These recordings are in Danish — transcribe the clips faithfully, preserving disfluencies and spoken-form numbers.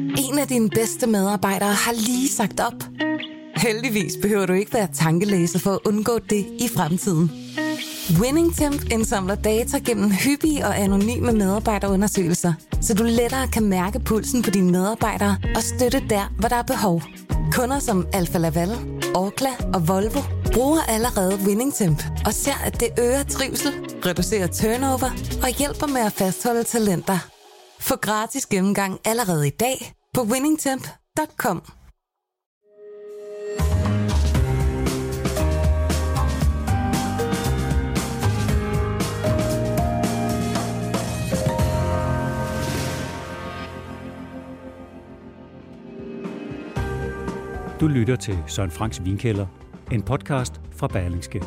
En af dine bedste medarbejdere har lige sagt op. Heldigvis behøver du ikke være tankelæser for at undgå det i fremtiden. WinningTemp indsamler data gennem hyppige og anonyme medarbejderundersøgelser, så du lettere kan mærke pulsen på dine medarbejdere og støtte der, hvor der er behov. Kunder som Alfa Laval, Orkla og Volvo bruger allerede WinningTemp og ser, at det øger trivsel, reducerer turnover og hjælper med at fastholde talenter. Få gratis gennemgang allerede i dag på winningtemp punktum com. Du lytter til Søren Franks Vinkælder, en podcast fra Berlingske.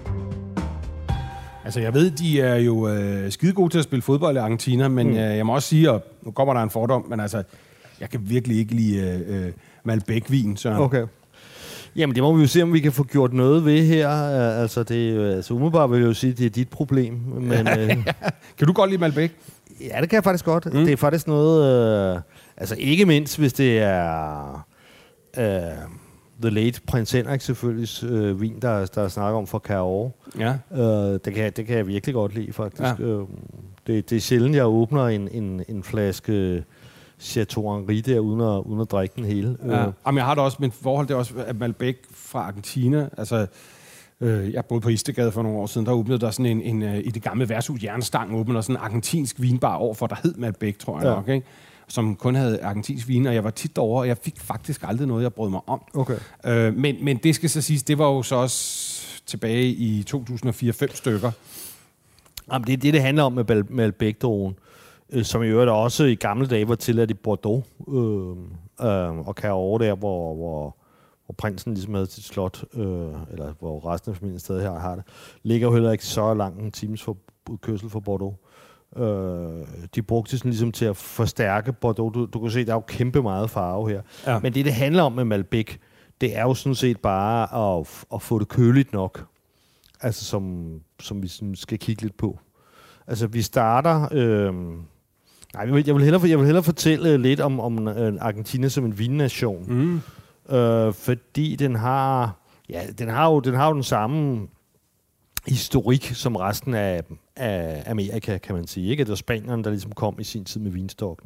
Altså, jeg ved, de er jo øh, skide gode til at spille fodbold i Argentina, men mm. øh, jeg må også sige, og nu kommer der en fordom, men altså, jeg kan virkelig ikke lide øh, Malbec-vin, Søren. Okay. Jamen, det må vi jo se, om vi kan få gjort noget ved her. Altså, det, altså umiddelbart vil jeg jo sige, at det er dit problem. Men, øh, kan du godt lide Malbec? Ja, det kan jeg faktisk godt. Mm. Det er faktisk noget... Øh, altså, ikke mindst, hvis det er... Øh, The Late Prins Henrik selvfølgelig øh, vin, der, der snakker om for Cahors. Ja. Øh, det, kan, det kan jeg virkelig godt lide, faktisk. Ja. Øh, det, det er sjældent, jeg åbner en, en, en flaske Chateau Henri der, uden at, uden at drikke den hele. Ja. Øh. Jamen, jeg har det også, men forhold det også, at Malbec fra Argentina, altså, øh, jeg boede på Istegade for nogle år siden, der åbnede der sådan en, en, en i det gamle værtshus Jernstang, åbnede der sådan en argentinsk vinbar overfor, der hed Malbec, tror jeg ja. nok, ikke? Som kun havde argentinsk vin, og jeg var tit derovre, og jeg fik faktisk aldrig noget, jeg brød mig om. Okay. Øh, men, men det skal så siges, det var jo så også tilbage i to tusind og fire fem stykker. Jamen, det er det, det handler om med Malbec-drogen, øh, som i øvrigt også i gamle dage var tilladt i Bordeaux, øh, øh, og Cahors der, hvor, hvor, hvor prinsen ligesom havde sit slot, øh, eller hvor resten af familien stadig her har det, ligger jo heller ikke så langt en times for, kørsel fra Bordeaux. Uh, de brugte det sådan ligesom til at forstærke Bordeaux. Du, du kan se, der er jo kæmpe meget farve her. Ja. Men det, det handler om med Malbec, det er jo sådan set bare at, at få det køligt nok. Altså, som, som vi sådan skal kigge lidt på. Altså, vi starter... Øh, nej, jeg vil, jeg, vil hellere, jeg vil hellere fortælle lidt om, om Argentina som en vinnation. Mm. Uh, fordi den har... Ja, den har jo den, har jo den samme... historik som resten af, af Amerika, kan man sige. Ikke? Det var spanierne, der ligesom kom i sin tid med vinstokken.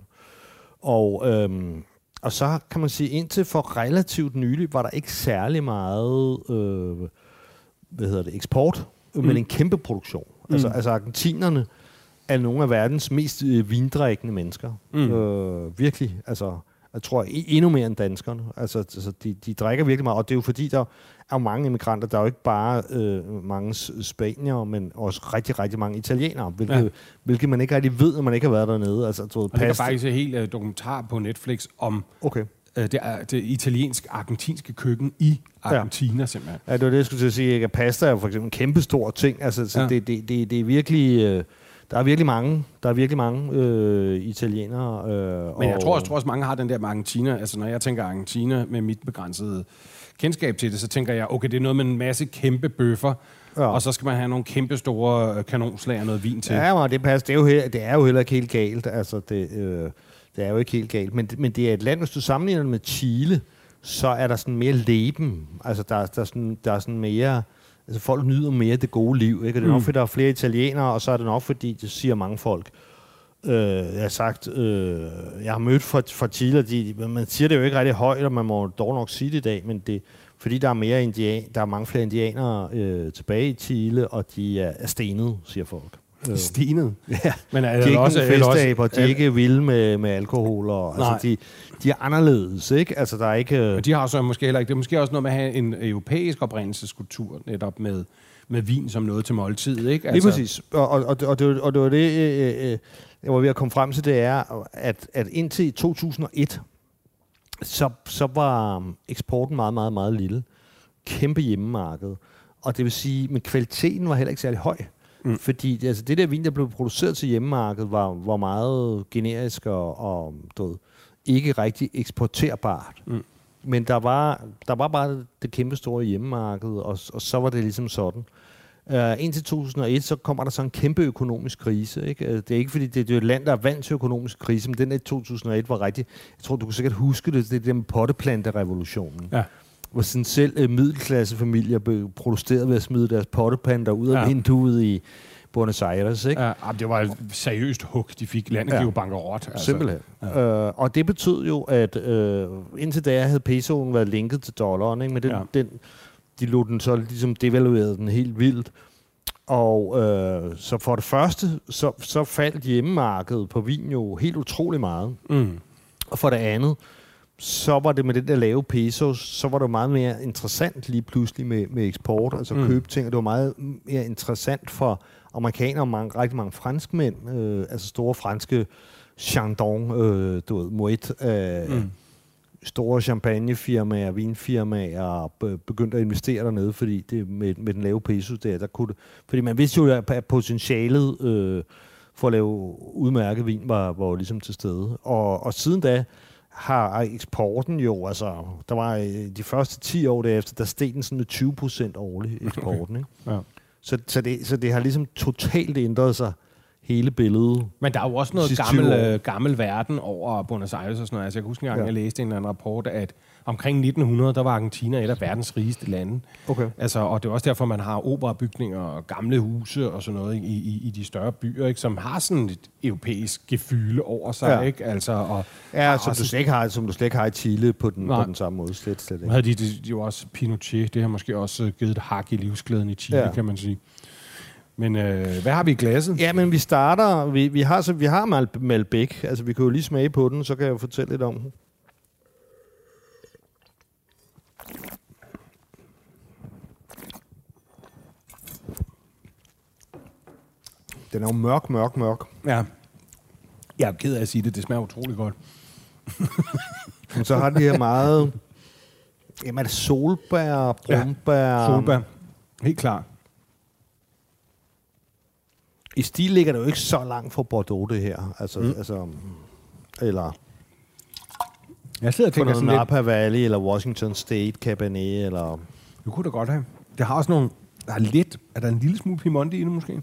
Og, øhm, og så kan man sige, indtil for relativt nylig, var der ikke særlig meget øh, hvad hedder det, eksport, mm. men en kæmpe produktion. Mm. Altså, altså argentinerne er nogle af verdens mest øh, vindrikkende mennesker. Mm. Øh, virkelig, altså... Jeg tror endnu mere end danskerne. Altså, altså de, de drikker virkelig meget, og det er jo fordi, der er mange immigranter. Der er jo ikke bare øh, mange spanier, men også rigtig, rigtig mange italienere, hvilket, ja. hvilket man ikke rigtig ved, når man ikke har været dernede. Altså, tror, og det er faktisk en helt uh, dokumentar på Netflix om okay. uh, det, er, det italiensk-argentinske køkken i Argentina, ja. simpelthen. Ja, det var det, jeg skulle til at sige. Ikke? Pasta er jo for eksempel en kæmpe stor ting. Altså, så ja. det, det, det, det er virkelig... Øh, Der er virkelig mange, der er virkelig mange øh, italienere. Øh, Men jeg tror, jeg tror også, mange har den der med Argentina. Altså, når jeg tænker Argentina med mit begrænsede kendskab til det, så tænker jeg, okay, det er noget med en masse kæmpe bøffer, ja. og så skal man have nogle kæmpe store kanonslag og noget vin til. Ja, men det passer. Det er jo, he- det er jo heller ikke helt galt. Altså, det, øh, det er jo ikke helt galt. Men, men det er et land, hvis du sammenligner det med Chile, så er der sådan mere leben. Altså, der, der, er, sådan, der er sådan mere... Altså, folk nyder mere det gode liv, ikke? Og det er nok, fordi der er flere italienere, og så er det nok, fordi det siger mange folk. Øh, jeg har sagt, øh, jeg har mødt fra, fra Chile, de, man siger det jo ikke rigtig højt, og man må dog nok sige det i dag, men det fordi der er mere indian, der er mange flere indianere øh, tilbage i Chile, og de er, er stenet, siger folk. Stenet? Ja. Men er de er ikke også festaber, de er ikke vilde med, med alkohol, og altså, de, de er anderledes, ikke? Altså, der er ikke... Men de har så måske heller ikke... Det er måske også noget med at have en europæisk oprindelseskultur, netop med, med vin som noget til måltid, ikke? Altså. Lige præcis. Og, og, og, og, det, og det var det, øh, øh, jeg var ved at komme frem til, det er, at, at indtil to tusind og et, så, så var eksporten meget, meget, meget lille. Kæmpe hjemmemarked. Og det vil sige, men kvaliteten var heller ikke særlig høj. Mm. Fordi altså, det der vin, der blev produceret til hjemmemarkedet, var, var meget generisk og, og du ved, ikke rigtig eksporterbart. Mm. Men der var, der var bare det kæmpe store hjemmemarked, og, og så var det ligesom sådan. Uh, indtil to tusind og et, så kommer der så en kæmpe økonomisk krise. Ikke? Det er ikke, fordi det, det er et land, der er vant til økonomisk krise, men den i to tusind og et var rigtig... Jeg tror, du kan sikkert huske det, det er den potteplanterevolutionen. Ja. Hvor sådan selv uh, middelklassefamilier blev protesteret ved at smide deres potteplanter ud af ja. vinduet i Buenos Aires. Ikke? Ja, det var et seriøst hug, de fik. Landet ja. blev bankerot. Altså. Simpelthen. Ja. Uh, og det betød jo, at uh, indtil da havde pesoen været linket til dollaren, ikke? Men den... Ja. den de lod den så ligesom devaluerede den helt vildt. Og øh, så for det første, så, så faldt hjemmemarkedet på vin jo helt utrolig meget. Mm. Og for det andet, så var det med den der lave pesos, så var det meget mere interessant lige pludselig med, med eksport, altså mm. købe ting. Og det var meget mere interessant for amerikanere og mange, rigtig mange franskmænd, øh, altså store franske Chandon, øh, du ved, Moet, øh, mm. store champagnefirmaer, vinfirmaer begyndte at investere dernede, fordi det med, med den lave peso der, der kunne det, fordi man vidste jo, at potentialet øh, for at lave udmærket vin var, var ligesom til stede. Og, og siden da har eksporten jo, altså, der var de første ti år derefter, der steg den sådan med tyve procent årligt eksporten. Ikke? Ja. Så, så, det, så det har ligesom totalt ændret sig, hele billedet. Men der er jo også noget gammel, øh, gammel verden over Buenos Aires og sådan noget. Altså, jeg kan huske en gang, ja. jeg læste en eller anden rapport, at omkring nitten hundrede, der var Argentina et af verdens rigeste lande. Okay. Altså, og det er også derfor, man har operabygninger og gamle huse og sådan noget i, i, i de større byer, ikke? Som har sådan et europæisk gefyle over sig. Ja. Ikke? Altså, og ja, som, du slet ikke har, som du slet ikke har i Chile på den, på den samme måde. Slet, slet ikke. Havde de, de, de jo også Pinochet, det har måske også givet et hak i livsglæden i Chile, ja. kan man sige. Men øh, hvad har vi i glasset? Ja, men vi starter... Vi, vi har, så, vi har Mal- Malbec. Altså, vi kan jo lige smage på den, så kan jeg jo fortælle lidt om den. Den er jo mørk, mørk, mørk. Ja. Jeg er ked af at sige det. Det smager utrolig godt. Men så har den her meget... Jamen, er det solbær, brumbær? Ja, solbær. Helt klart. I stil ligger det jo ikke så langt fra Bordeaux, det her. Altså, mm. altså eller... Jeg sidder og tænker sådan lidt... Napa Valley, eller Washington State Cabernet, eller... Det kunne da godt have. Det har også nogle... Der er lidt... Er der en lille smule Piemonte i det, måske?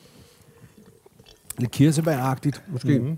Lidt kirsebæragtigt, måske? Mm-hmm.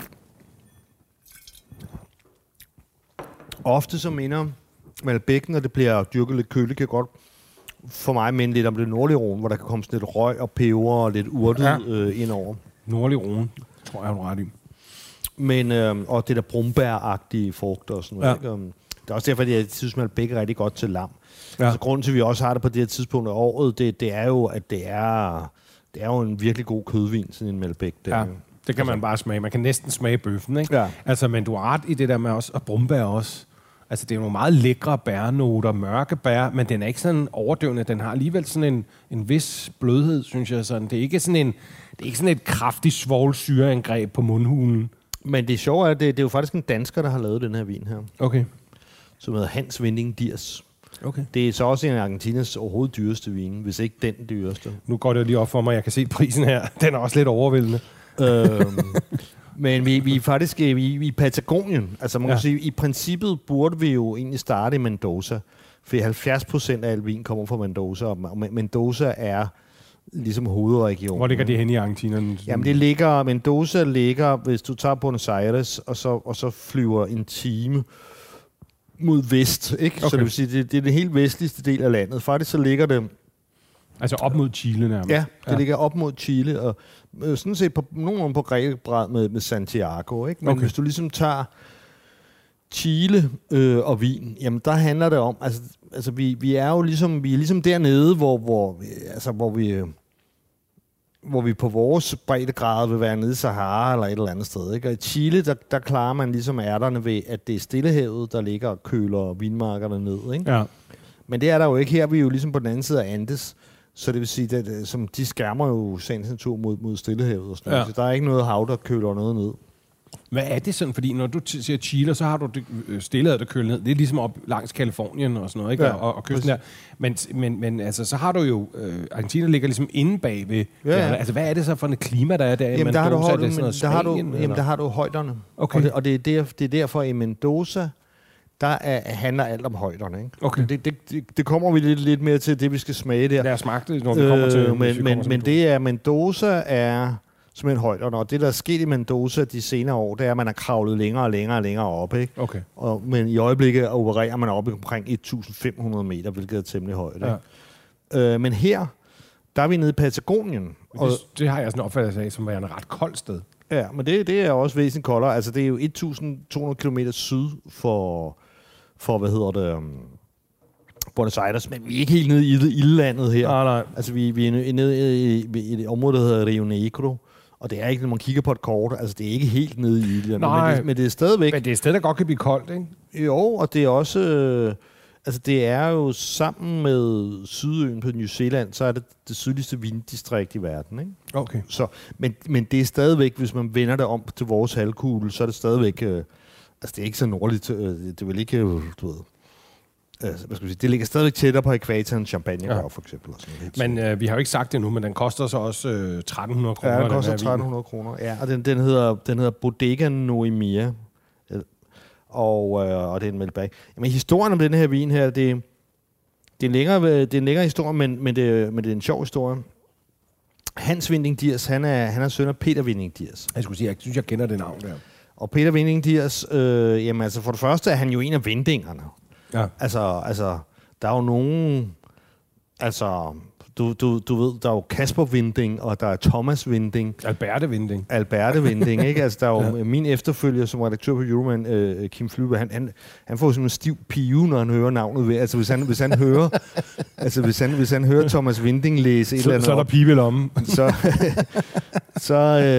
Ofte så minder Malbec, når det bliver dyrket lidt køligt, kan godt for mig minde lidt om det nordlige Rhône, hvor der kan komme sådan lidt røg og peber og lidt urtet ja. øh, indover. Nordlig Rhône, tror jeg, har ret i. Men, øh, og det der brumbær-agtige frugter og sådan noget. Ja. Ikke? Det er også derfor, at jeg synes, at Malbec er rigtig godt til lam. Ja. Altså, grunden til, at vi også har det på det her tidspunkt af året, det, det er jo, at det er, det er jo en virkelig god kødvin, sådan en Malbec. Ja, det kan altså, man bare smage. Man kan næsten smage bøffen, ikke? Ja. Altså, men du har ret i det der med også, og brumbær også. Altså, det er nogle meget lækre bærnoter, mørke bær, men den er ikke sådan overdøvende. Den har alligevel sådan en, en vis blødhed, synes jeg. Sådan. Det er ikke sådan en, det er ikke sådan et kraftigt svovlsyreangreb på mundhulen. Men det sjove er, at det, det er jo faktisk en dansker, der har lavet den her vin her. Okay. Som hedder Hans Winding Diers. Okay. Det er så også en af Argentinas overhovedet dyreste vin, hvis ikke den dyreste. Nu går det lige op for mig, jeg kan se prisen her. Den er også lidt overvældende. øhm, men vi, vi er faktisk vi, vi er i Patagonien. Altså man ja. kan sige, i princippet burde vi jo egentlig starte i Mendoza. For halvfjerds procent af al vin kommer fra Mendoza, og Mendoza er ligesom hovedregionen. Hvor ligger det henne i Argentina? Jamen det ligger, Mendoza ligger, hvis du tager Buenos Aires, og så, og så flyver en time mod vest, ikke? Okay. Så det vil sige, det, det er den helt vestligste del af landet. Faktisk så ligger det... Altså op mod Chile nærmest? Ja, det ja. ligger op mod Chile, og øh, sådan set på, nogenlunde på grækebræd med, med Santiago, ikke? Men okay. hvis du ligesom tager Chile øh, og vin, jamen der handler det om, altså, altså vi, vi er jo ligesom, vi er ligesom dernede, hvor, hvor, altså, hvor vi... Øh, hvor vi på vores breddegrad vil være nede i Sahara eller et eller andet sted. Ikke? Og i Chile, der, der klarer man ligesom ærterne ved, at det er Stillehavet, der ligger og køler vinmarkerne ned. Ikke? Ja. Men det er der jo ikke her. Vi er jo ligesom på den anden side af Andes. Så det vil sige, at som de skærmer jo sagens natur mod, mod Stillehavet. Og sådan ja. Så der er ikke noget hav, der køler noget ned. Hvad er det sådan? Fordi når du t- siger Chile, så har du det Stillehavet, der køler ned. Det er ligesom op langs Kalifornien og sådan noget, ikke? Ja, og, og kysten der. Men, men, men altså, så har du jo... Øh, Argentina ligger ligesom inde bagved. Ja, ja. Altså, hvad er det så for et klima, der er der? Jamen, der har, du højden, der, har du, jamen der har du højderne. Okay. Og, det, og det, er der, det er derfor i Mendoza, der er, handler alt om højderne. Ikke? Okay. Det, det, det, det kommer vi lidt, lidt mere til, det vi skal smage der. Lad os smage det, når vi kommer til... Øh, men men, men det er, Mendoza er simpelthen højderne, og det, der er sket i Mendoza de senere år, det er, at man har kravlet længere og længere og længere op. Ikke? Okay. Og, men i øjeblikket opererer man op omkring et tusind fem hundrede meter, hvilket er temmelig højt. Ja. Øh, men her, der er vi nede i Patagonien. Og det, det har jeg sådan opfattet af, som var et ret koldt sted. Ja, men det, det er også væsentligt koldere. Altså, det er jo et tusind to hundrede kilometer syd for, for, hvad hedder det, um, Buenos Aires, men vi er ikke helt nede i det ildlandet her. Nej, nej. Altså, vi, vi er nede i, i, i et område, der hedder Rio Negro, og det er ikke, når man kigger på et kort, altså, det er ikke helt nede i ildlandet, nej, men det, men det er stadigvæk... Men det er et sted, der godt kan blive koldt, ikke? Jo, og det er også... Øh, altså, det er jo sammen med Sydøen på New Zealand, så er det det sydligste vinddistrikt i verden, ikke? Okay. Så, men, men det er stadigvæk, hvis man vender det om til vores halvkugle, så er det stadigvæk... Øh, altså, det er ikke så nordligt. Øh, det vil ikke... Øh, du ved... Øh, hvad skal vi sige? Det ligger stadigvæk tættere på ekvatoren, Champagne ja. for eksempel. Og sådan men øh, vi har jo ikke sagt det nu, men den koster så også øh, tretten hundrede kroner. Ja, den koster tretten hundrede kroner. Ja, og den, den, hedder, den hedder Bodega Noemia. Og, øh, og det er en Malbec. Jamen, historien om den her vin her, det, det, er, en længere, det er en længere historie, men, men, det, men det er en sjov historie. Hans Winding Diers, han er, han er søn af Peter Winding Diers. Jeg skulle sige, jeg synes, jeg kender det navn der. Og Peter Winding Diers, øh, jamen altså for det første er han jo en af vindingerne. Ja. Altså, altså, der er jo nogen... Altså, du, du, du ved, der er jo Kasper Winding, og der er Thomas Winding. Alberte Winding. Alberte Winding, ikke? Altså, der er jo ja. min efterfølger som redaktør på Euroman, øh, Kim Flybe, han, han, han får sådan en stiv pive, når han hører navnet ved. Altså, hvis han, hvis han hører... altså, hvis han, hvis han hører Thomas Winding læse et så, eller andet... Så er der pibe i lommen. Så... så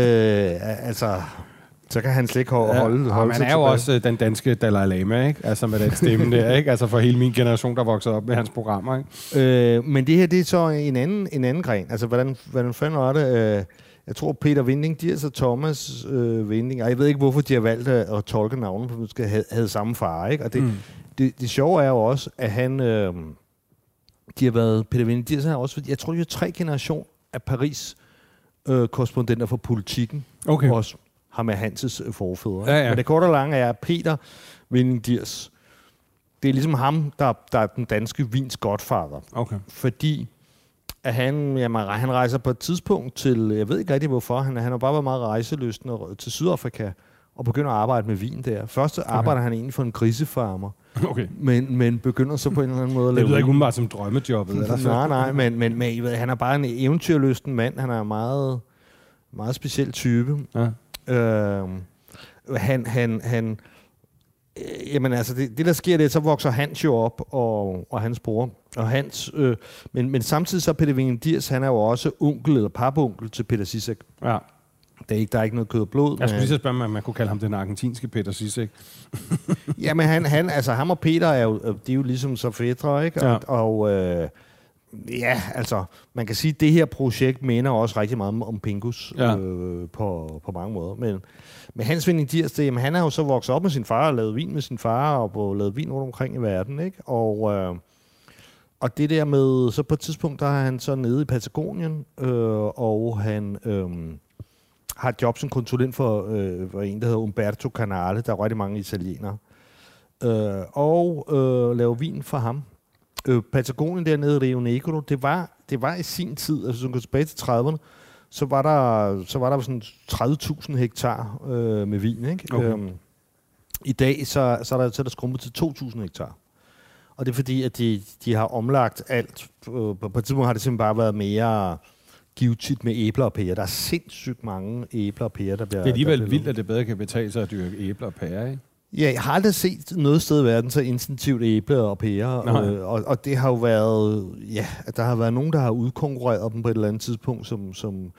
øh, altså... Så kan han slet ikke holde, ja. holde, holde sig. Han er jo også den danske Dalai Lama, ikke? Altså med den stemme der, ikke? Altså for hele min generation, der voksede op med hans programmer, ikke? Øh, men det her, det er så en anden, en anden gren. Altså, hvordan, hvordan fanden var det? Øh, jeg tror, Peter Winding Diers og Thomas øh, Winding, og jeg ved ikke, hvorfor de har valgt at, at tolke navnet, for de havde, havde samme far, ikke? Og det, mm. det, det sjove er jo også, at han... Øh, de har været... Peter Winding Diers har også... Jeg tror, de har tre generation af Paris øh, korrespondenter for Politikken. Okay. Også. Ham med Hanses forfædre. Ja, ja. Men det korte og lange er, Peter Winding Diers. Det er ligesom ham, der, der er den danske vins godfather. Okay. Fordi at han, jamen, han rejser på et tidspunkt til, jeg ved ikke rigtig hvorfor, han, han har bare været meget rejselysten til Sydafrika og begynder at arbejde med vin der. Først okay. arbejder han egentlig for en grisefarmer, okay. men, men begynder så på en eller anden måde at lave... Det lyder ikke umiddelbart som drømmejobbet. Eller nej, nej, men, men, men ved, han er bare en eventyrlysten mand. Han er en meget, meget speciel type. Ja. Øh, han, han, han, øh, jamen altså, det, det der sker, det så vokser Hans jo op, og, og hans bror, og Hans, øh, men, men samtidig så Peter Winding Diers, han er jo også onkel eller papunkel til Peter Sisek. Ja. Der er ikke, der er ikke noget kød og blod. Jeg skulle lige så spørge mig, om man kunne kalde ham den argentinske Peter Sisek. Jamen han, han, altså ham og Peter er jo, de er jo ligesom så fædre, ikke? Ja. Og, og øh, ja, altså, man kan sige, at det her projekt minder også rigtig meget om, om Pingus ja. øh, på, på mange måder. Men, men Hans Winding Diers, det, jamen, han har jo så vokset op med sin far og lavet vin med sin far og lavet vin rundt omkring i verden, ikke? Og, øh, og det der med, så på et tidspunkt, der er han så nede i Patagonien, øh, og han øh, har et job som konsulent for, øh, for en, der hedder Umberto Canale. Der er rigtig mange italienere. Øh, og øh, laver vin for ham. Øh, Patagonien dernede i Rio Negro, det var, det var i sin tid, altså hvis man går tilbage til trediverne, så var der, så var der sådan tredive tusind hektar øh, med vin, ikke? Okay. Øhm, I dag, så, så er der, så er der skrumpet til to tusind hektar. Og det er fordi, at de, de har omlagt alt. På, på et tidspunkt har det simpelthen bare været mere givtigt med æbler og pærer. Der er sindssygt mange æbler og pærer, der bliver... Det er alligevel vildt, at det bedre kan betale sig at dyrke æbler og pærer, ikke? Ja, jeg har aldrig set noget sted i verden så instinktivt æble og pære, øh, og, og det har jo været, ja, der har været nogen, der har udkonkurreret dem på et eller andet tidspunkt, som, som,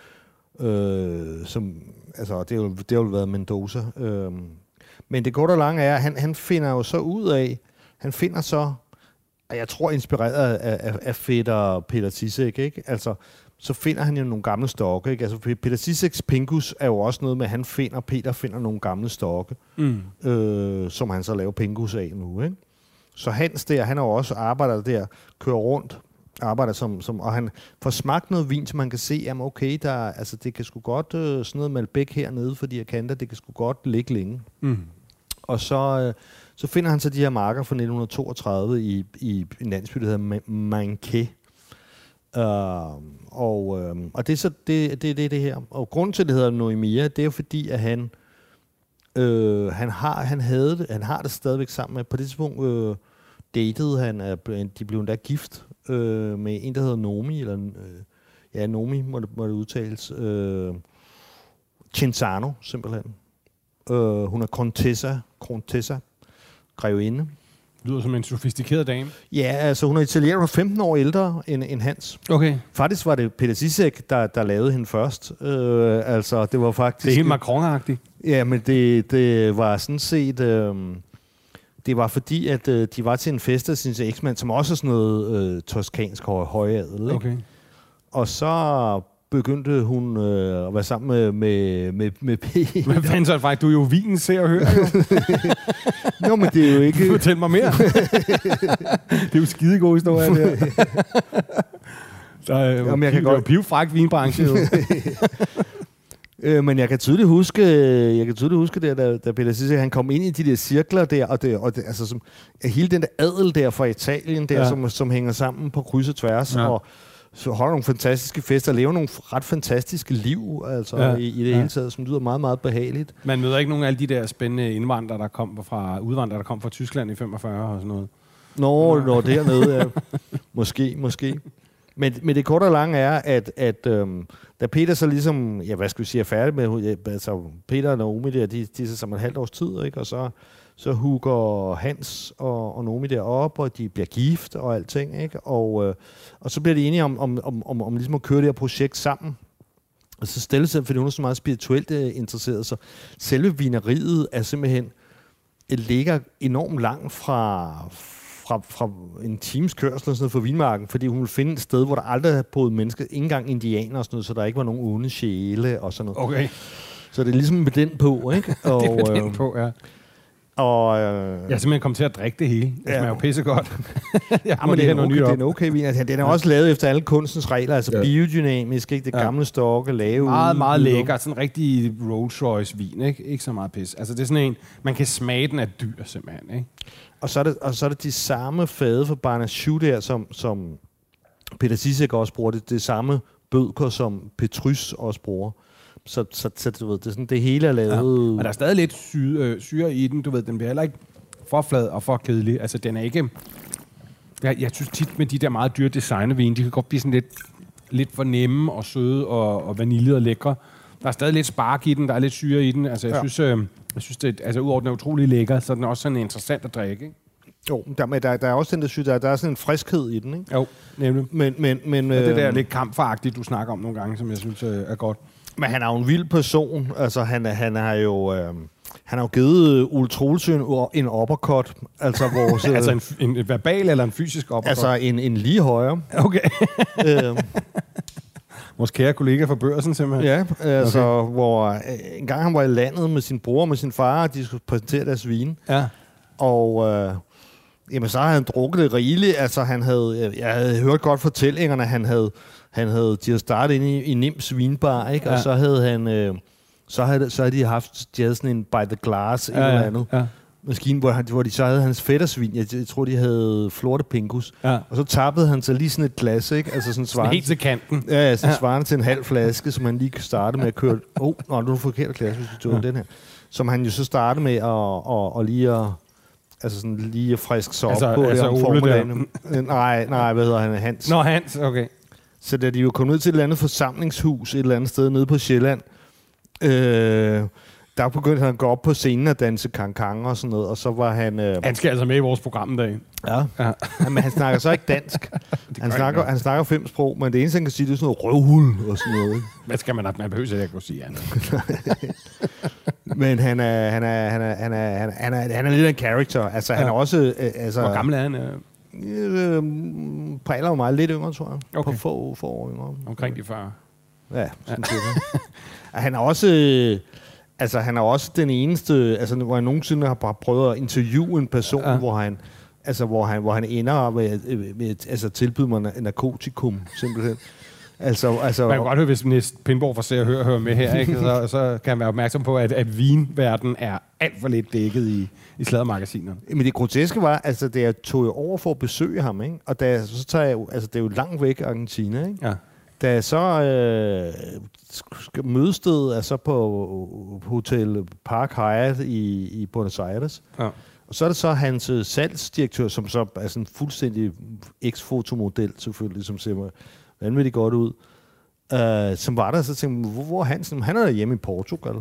øh, som altså, det har jo, det har jo været Mendoza. Øh. Men det korte og lange er, han, han finder jo så ud af, han finder så, og jeg tror inspireret af, af, af fætter Peter Sisek, ikke? Altså, så finder han jo nogle gamle stokke, ikke? Altså, Peter Siseks Pingus er jo også noget med, at han finder, Peter finder nogle gamle stokke, mm. øh, som han så laver Pingus af nu, ikke? Så Hans der, han har jo også arbejdet der, kører rundt, arbejder som, som, og han får smagt noget vin, så man kan se, jamen okay, der, altså, det kan sgu godt, øh, sådan noget Malbec hernede for de her kanter, det kan sgu godt ligge længe. Mm. Og så, øh, så finder han så de her marker fra nitten toogtredive i, i en landsby, der hedder Manqué. Uh, og, uh, og det er så det, det, det, det her. Og grunden til, at det hedder Noemia, det er jo fordi, at han, uh, han, har, han, havde det, han har det stadigvæk sammen med. På det tidspunkt uh, datede han, uh, de blev endda gift uh, med en, der hedder Nomi, eller uh, ja, Nomi må det, må det udtales. Uh, Cinzano, simpelthen. Uh, hun er Contessa, Contessa, grevinde. Lyder som en sofistikeret dame. Ja, altså hun er italiener, hun er femten år ældre end, end Hans. Okay. Faktisk var det Peter Zizek, der, der lavede hende først. Øh, altså, det var faktisk... Det er helt Macron-agtigt. Ja, men det, det var sådan set... Øh, det var fordi, at øh, de var til en fest af sin eksmand, som også er sådan noget øh, toskansk høj, højadel. Okay. Og så begyndte hun øh, at være sammen med, med, med, med Peter. Hvad fanden så er det faktisk? Du er jo vinen, ser og hører. Nå, men det er jo ikke... Fortæl mig mere. Det er jo skidegod historie, det her. Så øh, Jamen, jeg kan godt... pivfræk vinbranche, jo. øh, men jeg kan tydeligt huske, jeg kan tydeligt huske der, da, da Peter Zizek, han kom ind i de der cirkler der, og, det, og det, altså, som, hele den der adel der fra Italien, der, ja. som, som hænger sammen på kryds og tværs, ja. og så holder nogle fantastiske fester, lever nogle ret fantastiske liv, altså ja, i, i det ja. hele taget, som lyder meget, meget behageligt. Man møder ikke nogen af alle de der spændende indvandrere, der kom fra udvandrere, der kom fra Tyskland i femogfyrre og sådan noget. Nå, ja. Nå dernede, ja. Måske, måske. Men, men det korte og lange er, at, at øhm, da Peter så ligesom, ja, hvad skal vi sige, er færdig med, altså Peter og Naomi der, de, de er så sammen et halvt års tid, ikke? Og så, så hugger Hans og, og Naomi der op, og de bliver gift og alting, ikke? Og, øh, og så bliver de enige om, om, om, om, om ligesom at køre det her projekt sammen. Og så stille sig, fordi hun er så meget spirituelt øh, interesseret, så selve vineriet er simpelthen, det ligger enormt langt fra... Fra, fra en times kørsel og sådan noget for vinmarken, fordi hun ville finde et sted, hvor der aldrig havde boet mennesker, ikke engang indianer og sådan noget, så der ikke var nogen onde sjæle og sådan noget. Okay. Så det er ligesom med den på, ikke? Og, det er med den på, ja. Og, øh, jeg er simpelthen kommet til at drikke det hele. Det ja. smager jo pissegodt. Ja, men det er, okay, det er en okay vin. Altså, den er også lavet efter alle kunstens regler, altså ja. biodynamisk, ikke? Det ja. gamle stokke, lave... Meget, meget lækker. Sådan en rigtig Rolls Royce vin, ikke? Ikke så meget pis. Altså det er sådan en, man kan smage den af dyr, simpelthen, ikke? Og så er det, og så er det de samme fade for Barnachou der, som, som Peter Zizek også bruger. Det, det samme bødker, som Petrus også bruger. Så, så, så du ved, det, er sådan, det hele er lavet... Ja. Og der er stadig lidt syre, øh, syre i den, du ved. Den bliver heller ikke for flad og for kedelig. Altså, den er ikke... Jeg, jeg synes tit med de der meget dyre designervine, de kan godt blive sådan lidt, lidt for nemme og søde og, og vanilje og lækre. Der er stadig lidt spark i den, der er lidt syre i den. Altså, jeg ja. synes... Øh, Jeg synes, det, altså udover den er utrolig lækker, så er den også sådan interessant at drikke, ikke? Jo, der, men der, der er også den der syge, der, der er sådan en friskhed i den, ikke? Jo, nemlig. Men, men, men, ja, det der er lidt kampfaragtigt, du snakker om nogle gange, som jeg synes er godt. Men han er jo en vild person. Altså, han, han har jo... Øh, han har jo givet Ole Troelsø en, en uppercut. Altså, vores, altså en, en, en verbal eller en fysisk uppercut? Altså en, en lige højre. Okay. øh, Vores kære kollega fra Børsen, simpelthen. Ja, altså, okay. hvor øh, en gang han var i landet med sin bror og med sin far, og de skulle præsentere deres vin. Ja. Og øh, jamen, så havde han drukket det rigeligt. Altså, han havde, jeg havde hørt godt fortællingerne, han havde, han havde, de havde startet inde i, i Nims vinbar, ikke? Ja. Og så havde han, øh, så havde, så havde de haft, de havde sådan en by the glass, ja, eller andet. Ja. Maskine, hvor, han, hvor de så havde hans fættersvin. Jeg, jeg tror, de havde Florte Pingus. Ja. Og så tappede han så lige sådan et glas, ikke? Altså sådan svarende. Helt til kanten. Ja, altså ja. Svarende til en halv flaske, som han lige kunne starte med at køre... Åh, oh, nå, du er forkert glas, hvis du tog ja. den her. Som han jo så startede med at og, og lige at... Altså sådan lige at friske sig altså, op på altså det om formiddagen. Nej, nej, hvad hedder han? Hans. Nå, Hans, okay. Så da de jo kom ud til et eller andet forsamlingshus, et eller andet sted nede på Sjælland, øh, der begyndte han at gå op på scenen og danse kankang og sådan noget, og så var han... Øh, han skal altså med i vores program en dag. Ja, ja. Men han snakker så ikke dansk. han, snakker, han snakker fem sprog, men det eneste, han kan sige, det er sådan noget røvhul og sådan noget. Ikke? Hvad skal man da? Man behøver ikke at sige andet. Men han er, han er, han er, han er, han er, han er, han er lidt en character. Altså, ja. Han er også... Øh, altså, hvor gammel er han? Øh? Øh, præler jo meget lidt yngre, tror jeg. Okay. På få, få år yngre. Omkring de fyrre. Ja, sådan ja. Han er også... Øh, Altså, han er også den eneste, altså, hvor jeg nogensinde har bare prøvet at interviewe en person, ja. hvor han, altså, hvor han, hvor han ender med, med altså, tilbyde mig narkotikum, simpelthen. Altså, altså, Man kan godt høre, hvis næste Pindborg får se og høre, hører med her, ikke? Så, så kan man være opmærksom på, at, at vinverden er alt for lidt dækket i, i sladdermagasinerne. Men det groteske var, altså, da jeg tog jo over for at besøge ham, ikke? Og da, så tager jeg jo, altså, det er jo langt væk Argentina, ikke? Ja. Da jeg så øh, skal mødested er så på Hotel Park Hyatt i, i Buenos Aires. Ja. Og så er det så hans øh, salgsdirektør, som så er sådan en fuldstændig eks-fotomodel selvfølgelig, som ser vanvittigt godt ud. Uh, som var der, så tænkte jeg, hvor, hvor er Hansen? Han er der hjemme i Portugal.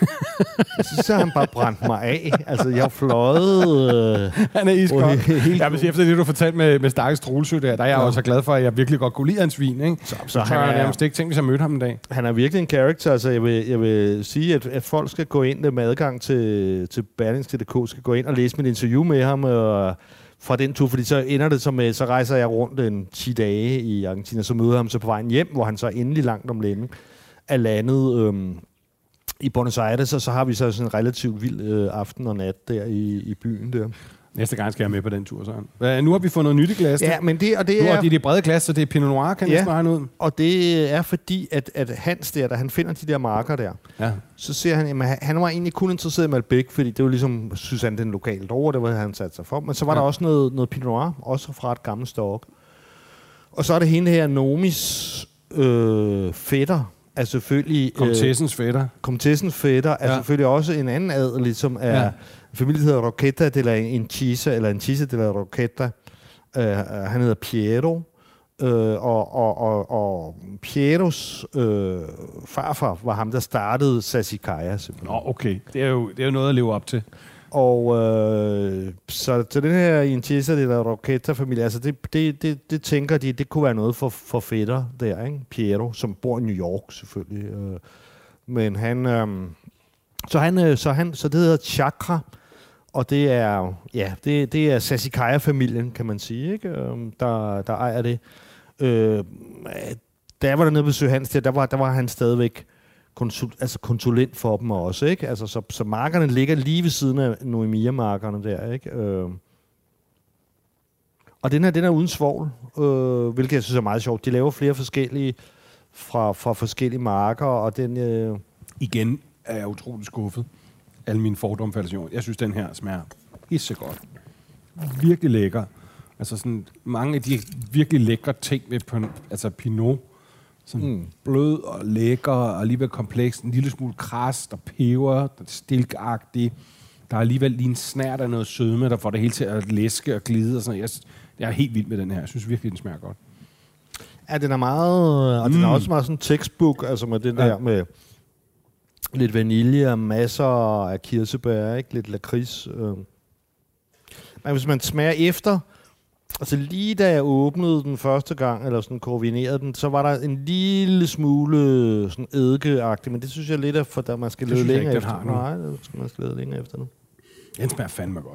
Så så har han bare brændt mig af. Altså, jeg har fløjet... Uh, han er iskold. Jeg vil sige, efter det, du fortalte med, med Stakkels Troelsø der, der er jeg ja. også glad for, at jeg virkelig godt kunne lide hans vin, ikke? Så, så, så han har jeg nærmest ikke tænkt, hvis jeg mødte ham en dag. Han er virkelig en character. Altså, jeg vil, jeg vil sige, at, at folk skal gå ind med adgang til, til Berlingske punktum d k, skal gå ind og læse mit interview med ham, og fra den tur, fordi så ender det så med, så rejser jeg rundt en ti dage i Argentina, så møder ham så på vejen hjem, hvor han så endelig langt om længe er landet øhm, i Buenos Aires, og så har vi så sådan en relativt vild øh, aften og nat der i, i byen der. Næste gang skal jeg med på den tur, så. Nu har vi fundet noget nyt i glas. Ja, men det, og det nu er... Nu er det brede glas, så det er Pinot Noir, kan ja, jeg ud. Og det er fordi, at, at Hans der, da han finder de der marker der, ja. så ser han, at han var egentlig kun interesseret i Malbec, fordi det var ligesom, synes han, den lokale over, det var han sat sig for. Men så var ja. der også noget, noget Pinot Noir, også fra et gammelt stok. Og så er det hende her, Nomis øh, fætter, er selvfølgelig... Komtessens fætter. Komtessens fætter er ja. selvfølgelig også en anden adel, som er... Ja. Familien hedder Roqueta de la Incisa, eller Incisa de la Roqueta. Uh, han hedder Piero. Uh, og, og, og, og Pieros uh, farfar var ham, der startede Sassicaia. Nå, okay. Det er, jo, det er jo noget at leve op til. Og uh, så til den her Incisa de la Roqueta-familie, altså det, det, det, det tænker de, det kunne være noget for, for fætter der, ikke? Piero, som bor i New York selvfølgelig. Uh, men han... Um, så, han, så, han, så det hedder Chakra. Og det er ja, det, det er Sassicaia-familien, kan man sige, ikke? Der, der ejer det. Øh, da jeg var dernede ved Sø Hans, der, der, var, der var han stadigvæk konsul, altså konsulent for dem også, ikke? Altså, så, så markerne ligger lige ved siden af Noemia-markerne der, ikke? Øh. Og den her, den er uden svovl, øh, hvilket jeg synes er meget sjovt. De laver flere forskellige fra, fra forskellige marker, og den... Øh Igen er jeg utroligt skuffet. Alle mine fordomme falder sig. Jeg synes, den her smager ikke godt. Virkelig lækker. Altså sådan mange af de virkelig lækre ting ved altså Pinot. Sådan mm. blød og lækker og alligevel kompleks. En lille smule kras, der peber, der er stilkagtig. Der er alligevel lige en snært af noget sødme, der får det hele til at læske og glide. Og sådan. Jeg, jeg er helt vild med den her. Jeg synes virkelig, den smager godt. Ja, den er meget... Og mm. den er også meget sådan textbook, altså med den ja. der med... Lidt vanilje og masser af kirsebær, ikke? Lidt lakrids. Øh. Men hvis man smager efter, altså lige da jeg åbnede den første gang, eller sådan koordinerede den, så var der en lille smule sådan eddikeagtigt, men det synes jeg lidt er, for der man skal lede længere efter. Har Nej, det skal man skal lede længere efter nu. Den smager fandme godt.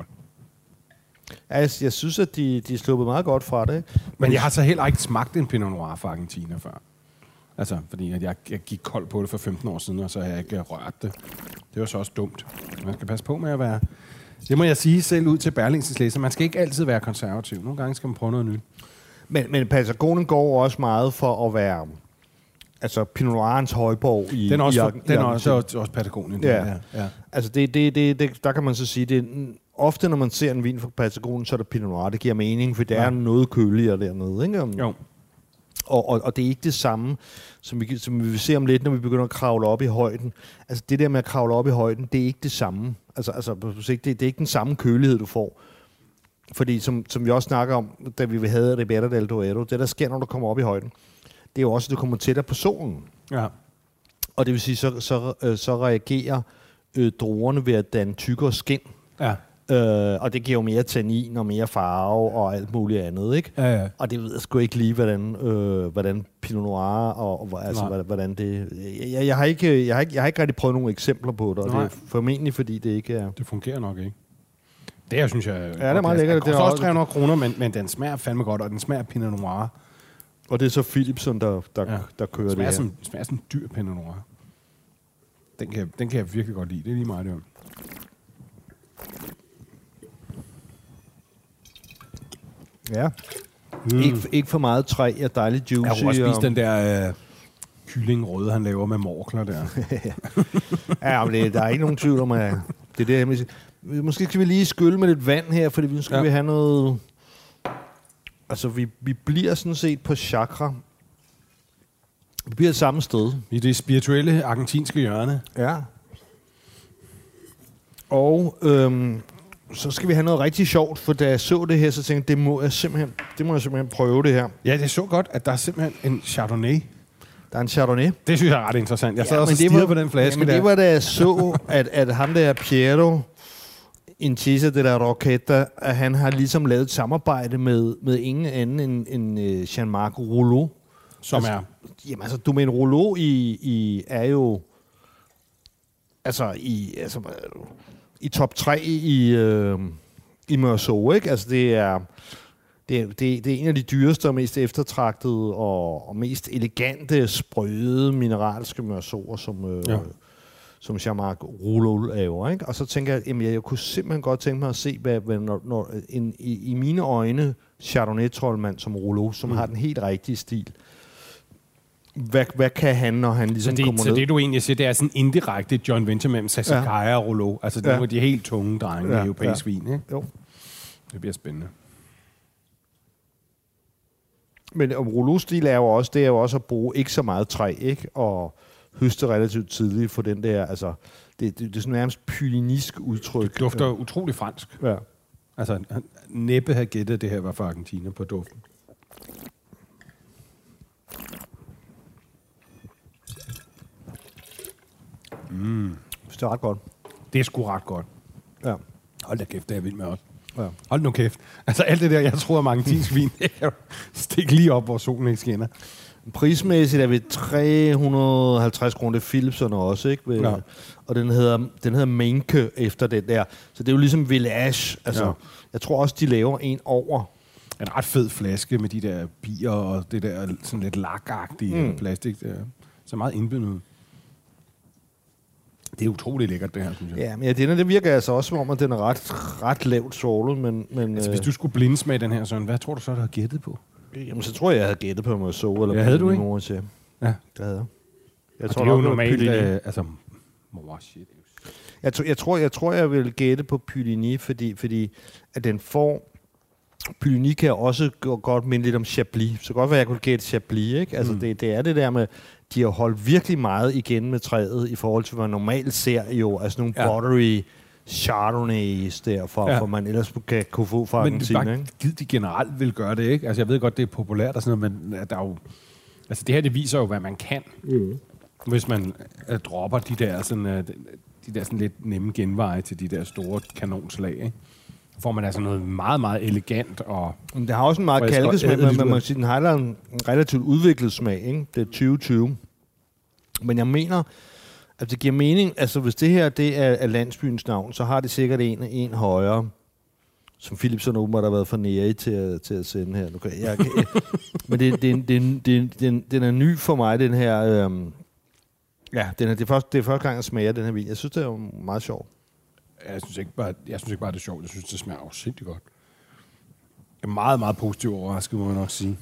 Ja, jeg, jeg synes, at de, de er sluppet meget godt fra det. Men, men jeg har så heller ikke smagt en Pinot Noir fra Argentina før. Altså, fordi at jeg, jeg gik kold på det for femten år siden, og så har jeg ikke rørt det. Det var så også dumt. Man skal passe på med at være... Det må jeg sige selv ud til Berlingskes læser. Man skal ikke altid være konservativ. Nogle gange skal man prøve noget nyt. Men, men Patagonien går også meget for at være... Altså, Pinot Noirens højborg i... Den er også, i, for, i, den er også, også, også Patagonien. Ja. Der, ja. Altså, det, det, det, det, der kan man så sige, det ofte, når man ser en vin fra Patagonien, så er det Pinot Noir. Det giver mening, for det ja. er noget køligere dernede, ikke? Jo. Og, og, og det er ikke det samme, som vi, som vi vil se om lidt, når vi begynder at kravle op i højden. Altså det der med at kravle op i højden, det er ikke det samme. Altså, altså det, det er ikke den samme kølighed, du får. Fordi som, som vi også snakker om, da vi havde Ribera del Duero, det der sker, når du kommer op i højden, det er jo også, at du kommer tættere på solen. Ja. Og det vil sige, så, så, så, så reagerer øh, druerne ved at danne tykkere skin. Ja. Øh, og det giver jo mere tannin og mere farve og alt muligt andet, ikke? Ja, ja. Og det ved jeg sgu ikke lige, hvordan, øh, hvordan Pinot Noir og, og altså, hvordan det... Jeg, jeg, har ikke, jeg, har ikke, jeg har ikke rigtig prøvet nogle eksempler på det, og Nej. det er formentlig, fordi det ikke er... Det fungerer nok ikke. Det her, synes jeg... Ja, det er meget lækkert. Det koster også tre hundrede kroner, men, men den smager fandme godt, og den smager Pinot Noir. Og det er så Philipsen, der, der, ja. der kører det her. Som, det smager som dyr Pinot Noir. Den kan, den kan jeg virkelig godt lide. Det er lige meget, det er. Ja. Mm. Ikke, ikke for meget træ og dejligt juicy. Jeg har også spist den der øh, kylling røde, han laver med morkler der. Ja, men det, der er ikke nogen tvivl om, at det er det. Måske skal vi lige skylle med lidt vand her, fordi nu skal ja. vi have noget... Altså, vi, vi bliver sådan set på chakra. Vi bliver samme sted. I det spirituelle argentinske hjørne. Ja. Og øhm, så skal vi have noget rigtig sjovt, for da jeg så det her, så tænkte jeg, det må jeg simpelthen, det må jeg simpelthen prøve det her. Ja, det er så godt, at der er simpelthen en Chardonnay. Der er en Chardonnay. Det synes jeg er ret interessant. Jeg sad ja, også og stirrede på den flaske ja, men der. det var, da jeg så, at, at ham der Piero Incisa de la Roqueta, at han har ligesom lavet et samarbejde med, med ingen anden end, end uh, Jean-Marc Rouleau. Som altså, er... Jamen altså, du mener, Rouleau i, i, er jo... Altså, i, altså, i top tre i, øh, i Meursault, ikke? Altså, det er... Det er, det, det er en af de dyreste og mest eftertragtede og, og mest elegante, sprøde, mineralske Meursaulter, som, øh, ja. som Jean-Marc Rouleau laver, ikke? Og så tænker jeg, jamen, jeg, jeg kunne simpelthen godt tænke mig at se, hvad, hvad når, når en, i, i mine øjne, Chardonnay-troldmand som Rouleau, som mm. har den helt rigtige stil. Hvad, hvad kan han, når han ligesom så det, kommer så ned? Så det, du egentlig siger, det er sådan indirekte joint venture mellem Sassicaia ja. og Rouleau. Altså, det er ja. de helt tunge drenge ja. i europæisk ja. vin, ikke? Jo. Det bliver spændende. Men om Rouleau-stil er jo også, det er jo også at bruge ikke så meget træ, ikke? Og høste relativt tidligt for den der, altså, det, det, det er sådan nærmest pyllinisk udtryk. Det dufter ja. utrolig fransk. Ja. Altså, næppe havde gættet, det her var fra Argentina på duften. Mm. Det er ret godt. Det er sgu ret godt. Ja. Hold da kæft, det er jeg vild med også. Ja. Hold nu kæft. Altså alt det der, jeg tror, at argentinsk vin, stik lige op, hvor solen ikke skinner. Prismæssigt er vi tre hundrede og halvtreds kroner. Det er Philips'erne også, ikke? Ved, ja. Og den hedder, den hedder Mainke efter den der. Så det er jo ligesom Village. Altså, ja. Jeg tror også, de laver en over. En ret fed flaske med de der bier og det der sådan lidt lakagtige mm. plastik. Der. Så meget indbydende. Det er utroligt lækkert, det her, synes jeg. Ja, men ja, den, det virker altså også som om, at den er ret, ret lavt sålet, men... men altså, øh, hvis du skulle blindsmage den her, Søren, hvad tror du så, du har gættet på? Jamen, så tror jeg, jeg havde gættet på mig så eller ja, havde du ikke? Mor, ja, det havde jeg. Jeg og tror, det er jo normalt, øh, altså... Mor, shit. Jeg, tror, jeg, tror, jeg tror, jeg vil gætte på Puligny, fordi, fordi at den får... Puligny kan også godt minde lidt om Chablis. Så godt være, jeg kunne gætte Chablis, ikke? Altså, mm. det, det er det der med... De har holdt virkelig meget igen med træet i forhold til, hvad man normalt ser jo, altså nogle ja. buttery Chardonnays der, for, ja. for man ellers kan kunne få fra Argentina. Men det er bare, de generelt vil gøre det, ikke? Altså, jeg ved godt, det er populært og sådan noget, men der er jo... Altså, det her, det viser jo, hvad man kan. Mm. Hvis man uh, dropper de der, sådan, uh, de der sådan lidt nemme genveje til de der store kanonslag, ikke? Får man altså noget meget, meget elegant og... Det har også en meget kalkesmag, men man må sige, den har en relativt udviklet smag, ikke? Det er tyve tyve. Men jeg mener, at det giver mening, altså hvis det her det er, er landsbyens navn, så har det sikkert en, en højere, som Philips'erne åbenbart har været for nære til at, til at sende her. Okay, jeg, jeg, men det, det, det, det, den, den er ny for mig, den her... Øhm, ja, den er, det, er første, det er første gang, jeg smager den her vin. Jeg synes, det er meget sjovt. Jeg synes ikke bare, jeg synes ikke bare det er sjovt. Jeg synes, det smager også sindssygt godt. Jeg er meget, meget positivt overrasket, må jeg nok sige.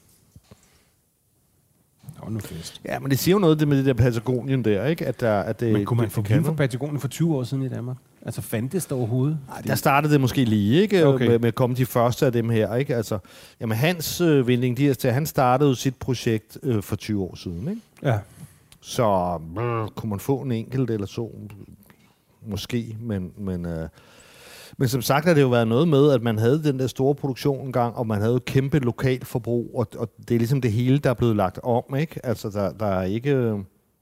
Det var nu fest. Ja, men det siger jo noget det med det der Patagonien der, ikke? At der, at det, men kunne man det, få vin fra Patagonien for tyve år siden i Danmark? Altså fandtes der overhovedet? Nej, der startede det måske lige, ikke? Okay. Med, med at komme de første af dem her, ikke? Altså, jamen Hans øh, Vinding Dias, han startede jo sit projekt øh, for tyve år siden, ikke? Ja. Så øh, kunne man få en enkelt eller så... Måske, men, men, øh, men som sagt har det jo været noget med, at man havde den der store produktion engang, og man havde jo kæmpe lokalt forbrug, og, og det er ligesom det hele, der er blevet lagt om, ikke? Altså, der, der er ikke... Øh,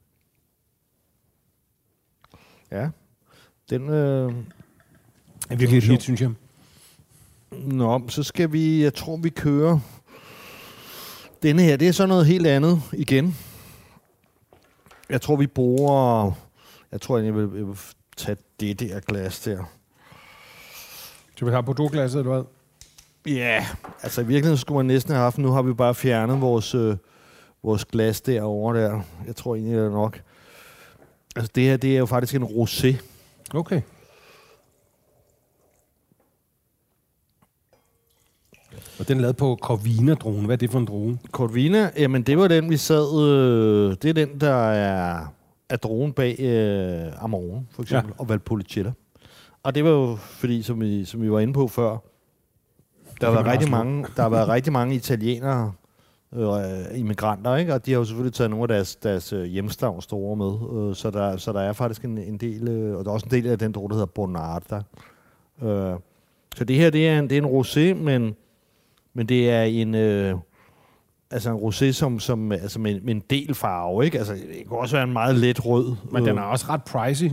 ja, den... Øh, er virkelig et hit, synes jeg. Nå, så skal vi... Jeg tror, vi kører... Denne her, det er så noget helt andet igen. Jeg tror, vi bruger... Jeg tror, jeg vil... Jeg vil tage det der glas der. Så vi har Bordeaux-glasset, eller hvad? Ja, yeah. Altså i virkeligheden skulle man næsten have haft. Nu har vi bare fjernet vores, øh, vores glas derovre der. Jeg tror egentlig, det er nok. Altså det her, det er jo faktisk en rosé. Okay. Og den er lavet på Corvina-druen. Hvad er det for en drue? Corvina, jamen det var den, vi sad... Øh, det er den, der er, er druen bag øh, Amarone, for eksempel, ja. Og Valpolicella. Og det var jo, fordi, som vi, som vi var inde på før, der har været rigtig mange, der har været rigtig mange italienere, øh, immigranter, ikke? Og de har jo selvfølgelig taget nogle af deres, deres hjemstavnsstore med. Øh, så, der, så der er faktisk en, en del, øh, og der er også en del af den drue, der hedder Bonarda. Øh, så det her, det er en, det er en rosé, men, men det er en... Øh, altså en rosé som, som altså med, med en del farve, ikke? Altså, det kan også være en meget let rød. Men den er også ret pricey.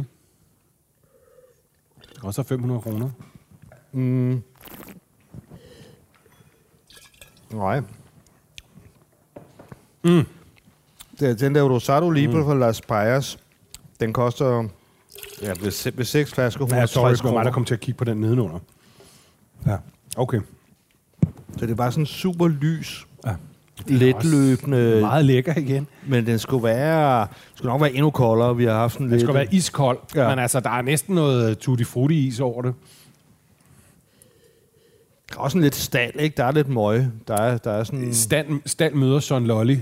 Også fem hundrede kroner. Mm. Nej. Mm. Det, den der Rosado Libre mm. fra Las Payas, den koster ja, ved, ved seks flasker hundrede og tres kroner. Ja, sorry, der kom til at kigge på den nedenunder. Ja, okay. Så det er bare sådan super lys. Ja. Letløbende. Meget lækker igen. Men den skulle være skulle nok være endnu koldere. Vi har haft sådan den lidt... skulle være iskold, ja. Men altså, der er næsten noget tutti frutti is over det. Der er også en lidt stald, ikke? Der er lidt møg. Der er, der er sådan... Stand, stand møder Son Lolly.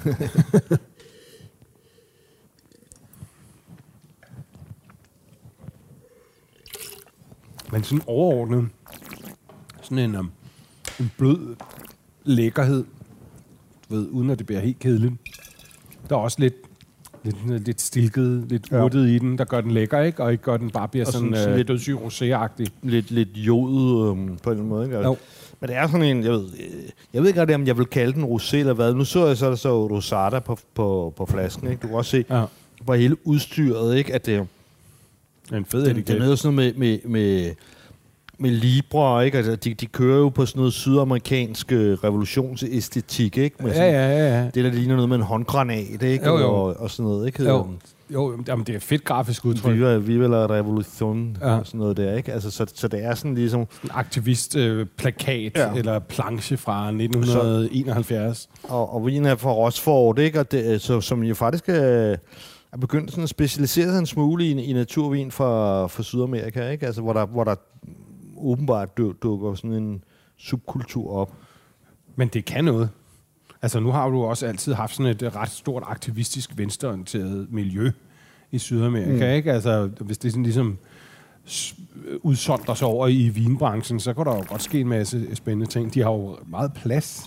Men sådan overordnet, sådan en, um, en blød lækkerhed, du ved, uden at det bliver helt kedeligt. Der er også lidt, lidt, lidt stilket, lidt ja. urtet i den, der gør den lækker, ikke? Og ikke gør den bare bliver og sådan, sådan, sådan øh, lidt dødssyg rosé-agtig. Lidt, lidt jodet øhm, på en måde, ikke? Jo. Men det er sådan en, jeg ved, jeg ved ikke rigtig, om jeg vil kalde den rosé eller hvad. Nu så jeg så, der så Rosada på, på, på flasken, ikke? Du kan også se, ja. Hvor hele udstyret, ikke? At det er en fed etiket. Det er noget sådan med, med, med, med Libre, ikke? Altså, de, de kører jo på sådan noget sydamerikansk revolutionsæstetik, ikke? Med sådan, ja, ja, ja. Det, der ligner noget med en håndgranat, ikke? Jo, jo. Og, og sådan noget, ikke? Jo. Jo, jamen det er fedt grafisk udtryk. Viva, Viva la Revolution, ja. Og sådan noget der, ikke? Altså, så, så det er sådan ligesom... En aktivist-plakat øh, ja. Eller planche fra nitten enoghalvfjerds. Og, og vinen er fra Rochefort, ikke? Og det, så, som jo faktisk er, er begyndt sådan at specialisere sig en smule i, i naturvin for, for Sydamerika, ikke? Altså, hvor der, hvor der åbenbart dukker sådan en subkultur op. Men det kan noget. Altså, nu har du også altid haft sådan et ret stort aktivistisk venstreorienteret miljø i Sydamerika, mm. ikke? Altså, hvis det sådan ligesom udsondrer sig over i vinbranchen, så kan der jo godt ske en masse spændende ting. De har jo meget plads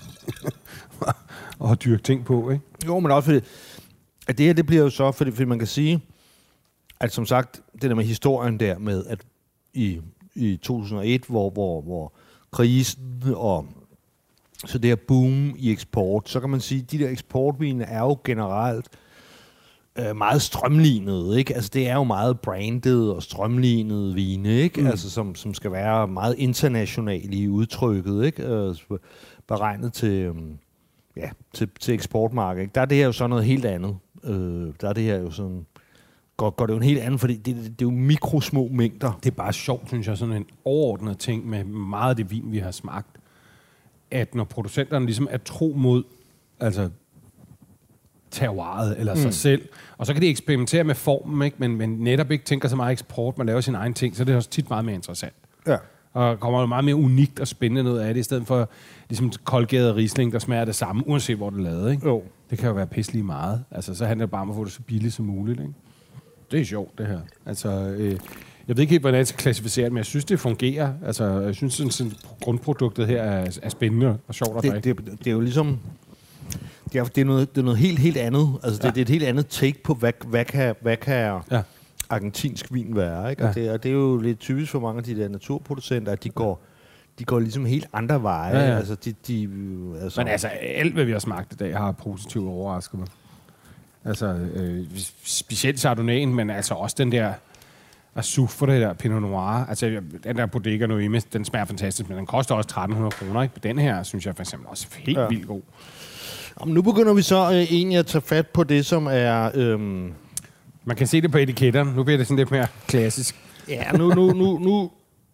at dyrke ting på, ikke? Jo, men også fordi, at det her, det bliver jo så, fordi, fordi man kan sige, at som sagt, det der med historien der med, at i, i to tusind og et, hvor, hvor, hvor krisen og så det her boom i eksport, så kan man sige, at de der eksportvine er jo generelt øh, meget strømlignede, ikke? Altså det er jo meget branded og strømlignede vine, ikke? Mm. Altså som, som skal være meget internationale i udtrykket, ikke? Øh, beregnet til, øh, ja, til, til eksportmarkedet, ikke? Der er det her jo så noget helt andet. Øh, der er det her jo sådan... Går, går det jo en helt anden, fordi det, det, det er jo mikrosmå mængder. Det er bare sjovt, synes jeg, sådan en overordnet ting med meget af det vin, vi har smagt. At når producenterne ligesom er tro mod altså terroiret eller mm. sig selv, og så kan de eksperimentere med formen, ikke? Men, men netop ikke tænker så meget eksport, man laver sin egen ting, så det er også tit meget mere interessant. Ja. Og kommer jo meget mere unikt og spændende noget af det, i stedet for ligesom koldgæret Riesling, der smager det samme, uanset hvor det er lavet, ikke? Jo. Det kan jo være pisselig meget. Altså, så handler det bare om at få det så billigt som muligt, ikke? Det er sjovt, det her. Altså, øh, jeg ved ikke helt, hvordan jeg skal klassificere det, men jeg synes, det fungerer. Altså, jeg synes, sådan, sådan, grundproduktet her er, er spændende og sjovt at drikke. Det, det, det er jo ligesom... Det er, det er, noget, det er noget helt, helt andet. Altså, det, ja. det er et helt andet take på, hvad, hvad kan, hvad kan ja. argentinsk vin være, ikke? Ja. Og, det, og det er jo lidt typisk for mange af de der naturproducenter, at de går... De går ligesom helt andre veje. Ja, ja. Altså, de, de, altså... Men altså, alt, hvad vi har smagt i dag, har positivt overrasket mig. Altså, øh, specielt Chardonnay'en, men altså også den der Azuf for det der Pinot Noir. Altså, den der Bodega Noime, den smager fantastisk, men den koster også tretten hundrede kroner, ikke? Den her, synes jeg for eksempel også helt ja. vildt god. Jamen, nu begynder vi så øh, egentlig at tage fat på det, som er... Øhm... Man kan se det på etiketterne. Nu bliver det sådan lidt mere klassisk. Ja, nu, nu, nu, nu,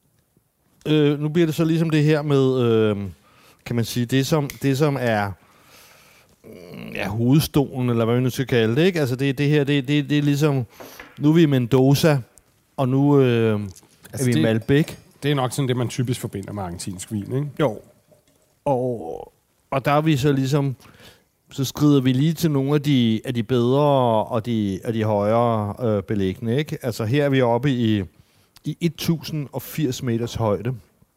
øh, nu bliver det så ligesom det her med, øh, kan man sige, det som, det som er... ja, hovedstolen, eller hvad vi nu skal kalde det, ikke? Altså, det, det her, det, det, det er ligesom... Nu er vi i Mendoza, og nu øh, altså er vi i Malbec. Det er nok sådan det, man typisk forbinder med argentinsk vin, ikke? Jo. Og, og der er vi så ligesom, så skrider vi lige til nogle af de, af de bedre og de, af de højere øh, beliggende, ikke? Altså her er vi oppe i, i et tusind og firs meters højde.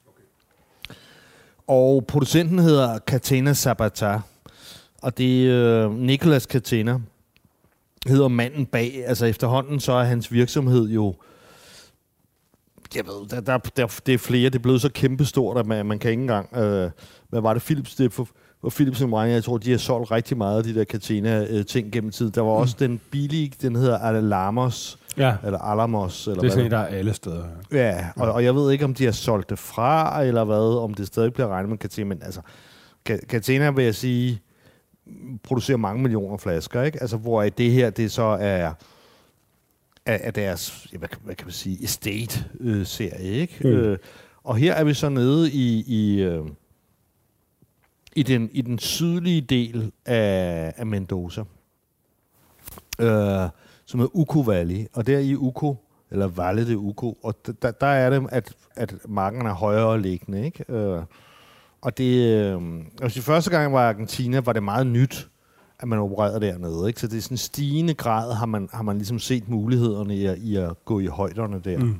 Og producenten hedder Catena Zapata, og det er øh, Nicolas Catena, hedder manden bag. Altså efterhånden så er hans virksomhed jo, jeg ved, der, der, der, det er flere, det er blevet så kæmpestort, at man, man kan ikke engang, øh, hvad var det, Philips, det for, for Philips og Moreno, jeg tror, de har solgt rigtig meget af de der Catena-ting gennem tiden. Der var mm. også den billige, den hedder Alamos, ja. eller Alamos. Eller det er sådan, der er alle steder. Ja, og, og jeg ved ikke, om de har solgt det fra, eller hvad, om det stadig bliver regnet med Catena, men altså, Catena, vil jeg sige, producerer mange millioner flasker, ikke? Altså, hvor det her, det så er af deres, hvad kan, hvad kan man sige, estate-serie, ikke? Mm. Øh, og her er vi så nede i i, øh, i, den, i den sydlige del af, af Mendoza, øh, som er Uco Valley, og der i Uco, eller Valle de Uco, og der, der er det, at, at marken er højere liggende, ikke? Øh, og det, øh, altså første gang jeg var i Argentina, var det meget nyt, at man opererede dernede, ikke? Så det er sådan en stigende grad, har man, har man ligesom set mulighederne i at, i at gå i højderne der. Mm.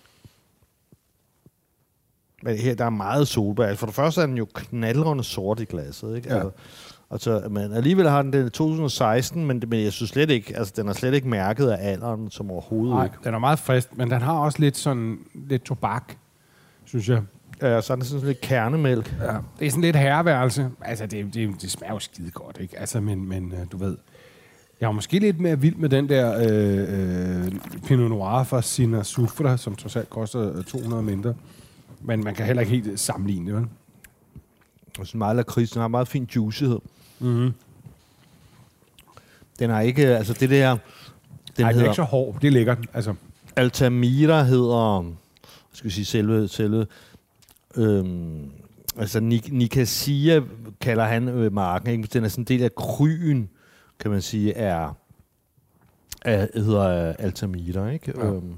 Men her, der er meget solbær. For det første er den jo knaldrende sort i glasset, ikke? Ja. Altså, men alligevel har den den to tusind og seksten, men, men jeg synes slet ikke, altså den er slet ikke mærket af alderen, som overhovedet Nej, ikke. Den er meget frisk, men den har også lidt sådan, lidt tobak, synes jeg. Ja, så er det sådan lidt kernemælk. Ja, det er sådan lidt herreværelse. Altså, det, det, det smager jo skide godt, ikke? Altså, men, men du ved, jeg var måske lidt mere vild med den der øh, øh, Pinot Noir fra Sina Sufra, som trods alt koster to hundrede mindre. Men man kan heller ikke helt sammenligne det, vel? Og sådan meget lakrids, den har meget fin juicehed. Mm-hmm. Den har ikke, altså det der... Den Nej, den er ikke så hård. Det er lækkert, altså. Altamira hedder, skal vi sige, selve... selve øhm, altså Nicasia kalder han øh, marken, ikke? Den er sådan en del af kryen, kan man sige, er... er hedder Altamira, ikke? Ja. Øhm,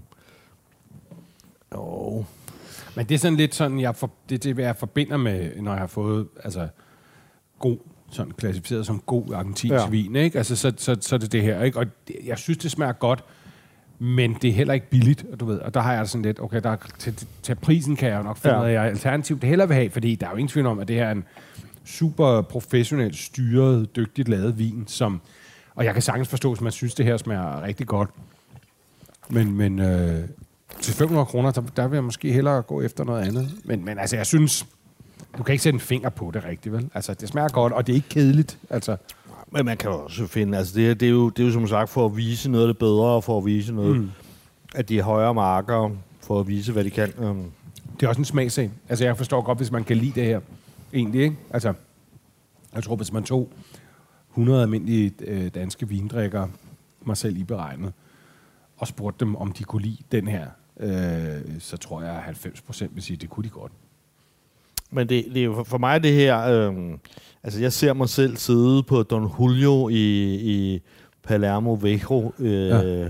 oh. Men det er sådan lidt sådan, jeg for, det er det, jeg forbinder med, når jeg har fået altså, god, sådan klassificeret som god argentinsk ja. vin, ikke? Altså, så, så, så er det det her, ikke? Og det, jeg synes, det smager godt, men det er heller ikke billigt, du ved. Og der har jeg sådan lidt, okay, der, til, til prisen kan jeg jo nok finde noget, ja. jeg alternativt det hellere vil have, fordi der er jo ingen tvivl om, at det her er en super professionelt styret, dygtigt lavet vin, som, og jeg kan sagtens forstå, hvis man synes, det her smager rigtig godt. Men, men øh, til fem hundrede kroner, der, der vil jeg måske hellere gå efter noget andet. Men, men altså, jeg synes, du kan ikke sætte en finger på det rigtigt, vel? Altså, det smager godt, og det er ikke kedeligt. Altså. Men man kan jo også finde, altså det, det, er jo, det er jo som sagt for at vise noget af det bedre, og for at vise noget mm. af de højere marker, for at vise, hvad de kan. Um. Det er også en smagsag. Altså, jeg forstår godt, hvis man kan lide det her. Egentlig, ikke? Altså, jeg tror, hvis man tog hundrede almindelige øh, danske vindrikkere, mig selv i beregnet, og spurgte dem, om de kunne lide den her, øh, så tror jeg, at halvfems procent vil sige, at det kunne de godt. Men det, det er jo for mig det her, øh, altså jeg ser mig selv sidde på Don Julio i, i Palermo Viejo øh, ja.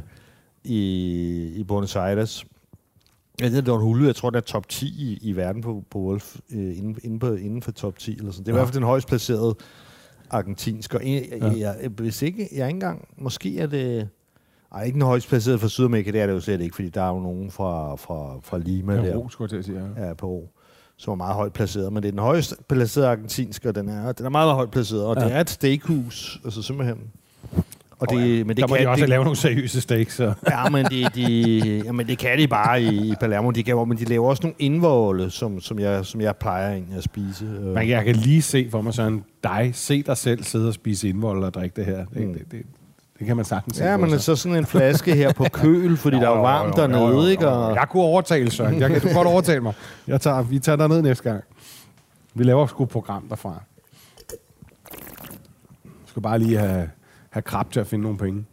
i, i Buenos Aires. Ja, det er Don Julio, jeg tror, det er top ti i, i verden på, på Wolf, øh, inden, inden, på, inden for top ti. Eller sådan. Det er ja. i hvert fald den højst placerede argentinsk. Og jeg, ja. jeg, jeg, hvis ikke, jeg ikke engang, måske er det... Ej, ikke den højst placerede fra Sydamerika, det er det jo slet ikke, fordi der er jo nogen fra, fra, fra Lima Peru, der. Peru, skulle jeg til at sige, ja. Ja, Peru, som er meget højt placeret, men det er den højst placerede argentinske, og den er, den er meget højt placeret, og ja. det er et steakhus, altså simpelthen. Og det, oh, ja. men det der må kan, de også det, lave nogle seriøse steaks, så. Ja, men, de, de, jamen det kan de bare i, i Palermo, de kan, men de laver også nogle indvolde, som, som, jeg, som jeg plejer egentlig at spise. Men jeg kan lige se for mig sådan, dig, se dig selv sidde og spise indvolde og drikke det her. Det, mm. det, det, Det kan man sagtens se. Ja, men så sådan en flaske her på køl, fordi jo, der er varmt jo, jo, dernede, jo, jo, jo. ikke? Og jeg kunne overtale, Søren. Jeg kan, du kan godt overtale mig. Jeg tager, vi tager derned næste gang. Vi laver sgu et program derfra. Vi skal bare lige have, have krab til at finde nogle penge.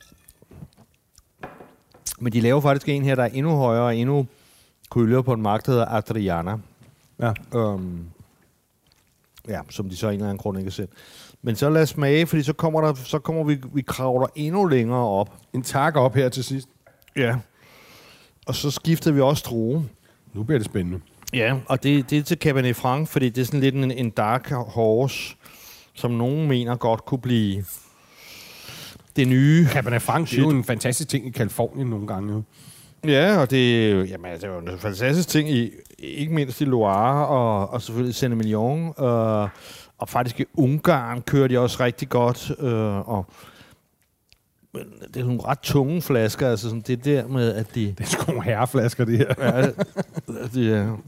Men de laver faktisk en her, der er endnu højere og endnu køligere på en mark, der hedder Adriana. Ja. Um, ja, som de så af en eller anden grund ikke har set. Men så lad os smage, fordi så kommer, der, så kommer vi, vi kravler endnu længere op. En tak op her til sidst. Ja. Og så skifter vi også drue. Nu bliver det spændende. Ja, og det, det er til Cabernet Franc, fordi det er sådan lidt en, en dark horse, som nogen mener godt kunne blive det nye. Cabernet Franc er jo en fantastisk ting i Californien nogle gange. Jo. Ja, og det, jamen, det er jo en fantastisk ting, i, ikke mindst i Loire og, og selvfølgelig Saint-Emilion. Og, og faktisk i Ungarn kører de også rigtig godt. Øh, og men det er nogle ret tunge flasker, altså sådan det der med, at de... Det er sgu nogle herreflasker, det her. Ja, det er...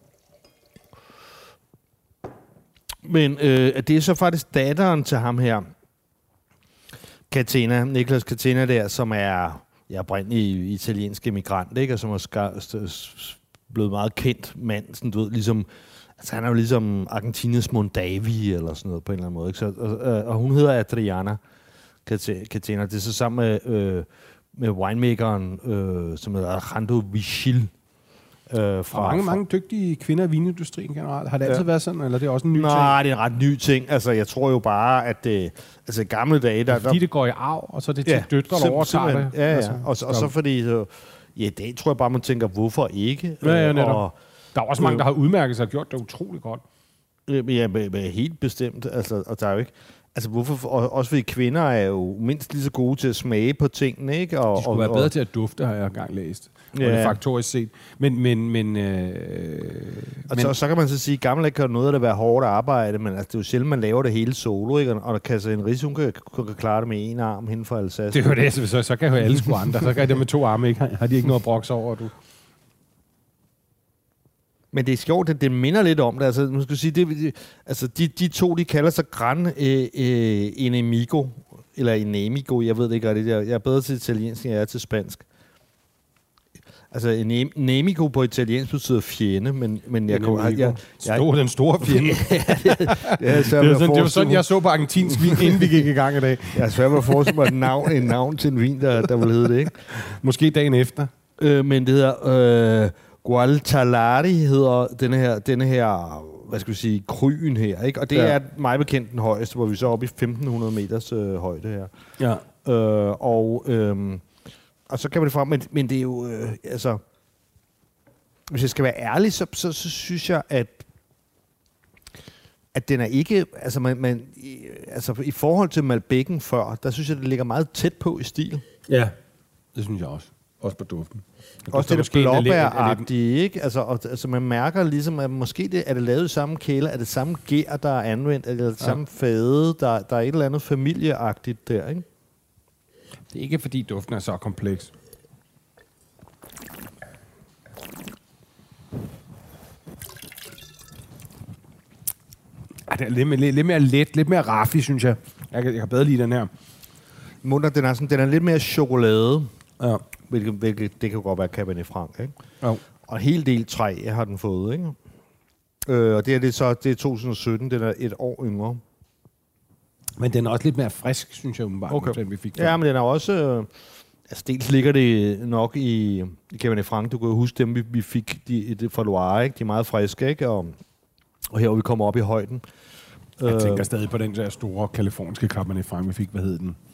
Men øh, det er så faktisk datteren til ham her, Catena, Nicolas Catena der, som er ja, oprindelig italiensk emigrant, ikke? Og som er ska- blevet meget kendt mand, sådan du ved, ligesom... Altså han er jo ligesom Argentinas Mondavi, eller sådan noget på en eller anden måde, ikke? Så, og, og hun hedder Adriana Catena. Det er så sammen med, øh, med winemakeren, øh, som hedder Alejandro Vigil. Øh, fra, mange, mange dygtige kvinder i vinindustrien generelt. Har det altid ja. været sådan, eller er det også en ny Nej, ting? Nej, det er en ret ny ting. Altså, jeg tror jo bare, at det... Altså, i gamle dage... Der, fordi det går i arv, og så er det til ja, døtre, der overtager det. Ja, ja. Altså, og, og så fordi... Så, ja, det tror jeg bare, man tænker, hvorfor ikke? Ja, ja, netop. Og, der er også mange, der har udmærket sig og gjort det utroligt godt. Ja, helt bestemt. Altså, og der er jo ikke... Altså, hvorfor... Og, også fordi kvinder er jo mindst lige så gode til at smage på tingene, ikke? Og, de skulle og, være bedre og, til at dufte, har jeg engang læst. Ja. Og det er faktorisk set. Men, men, men... Øh, og men så, så kan man så sige, at gamle kan noget af det være hårdt arbejde, men altså, det er jo sjældent, man laver det hele solo, ikke? Og der kan så en ris, hun kan, kan klare det med en arm hende for Alsace. det er jo det, så, så, så kan jo alle sgu andre. Så kan det med to arme, ikke? Har de ikke noget at brokse over, du? Men det er sjovt, at det minder lidt om det. Altså, man skal sige, det, altså de, de to, de kalder sig Gran øh, øh, Enemigo, eller Enemigo, jeg ved det ikke rigtig. Jeg er bedre til italiensk, end jeg er til spansk. Altså, Enemigo på italiensk betyder fjende, men, men jeg kunne... Jeg, jeg, Stor, den store fjende. ja, det, det, er det, var sådan, det var sådan, jeg så på argentinsk vin, inden vi gik i gang i dag. Jeg er svært ved at forestille mig et navn, en navn til en vin, der, der vil hedde det, ikke? Måske dagen efter. Øh, men det hedder... Øh, Gualtalari hedder denne her, denne her, hvad skal vi sige, kryen her, ikke? Og det ja. er mig bekendt den højeste, hvor vi så er oppe i femten hundrede meters øh, højde her. Ja. Øh, og, øh, og så kan man det frem, men, men det er jo, øh, altså, hvis jeg skal være ærlig, så, så, så synes jeg, at at den er ikke, altså, man, man, i, altså i forhold til Malbec'en før, der synes jeg, det ligger meget tæt på i stil. Ja, det synes jeg også. Også på duften. Det også det der blåbæragtige, ikke? Altså, og, altså, man mærker ligesom, at måske det, er det lavet i samme kæler, er det samme gær, der er anvendt, eller det ja. samme fade, der, der er et eller andet familieagtigt der, ikke? Det er ikke, fordi duften er så kompleks. Ej, det er lidt, lidt, lidt mere let, lidt mere raffi, synes jeg. Jeg kan, jeg kan bedre lide den her. Munden, den er, sådan, den er lidt mere chokolade. Ja. Hvilket, hvilket, det kan godt være Cabernet Franc, ikke? Jo. Og en hel del træ har den fået, ikke? Øh, og det er det så, det er to tusind og sytten, den er et år yngre. Men den er også lidt mere frisk, synes jeg, umiddelbart, okay. den vi fik. Ja, men den er også... Øh, altså, dels ligger det nok i, i Cabernet Franc. Du kan jo huske dem, vi, vi fik de, de fra Loire, ikke? De er meget friske, ikke? Og, og her hvor vi kommer op i højden. Jeg tænker øh, stadig på den der store kaliforniske Cabernet Franc, vi fik. Hvad hed den?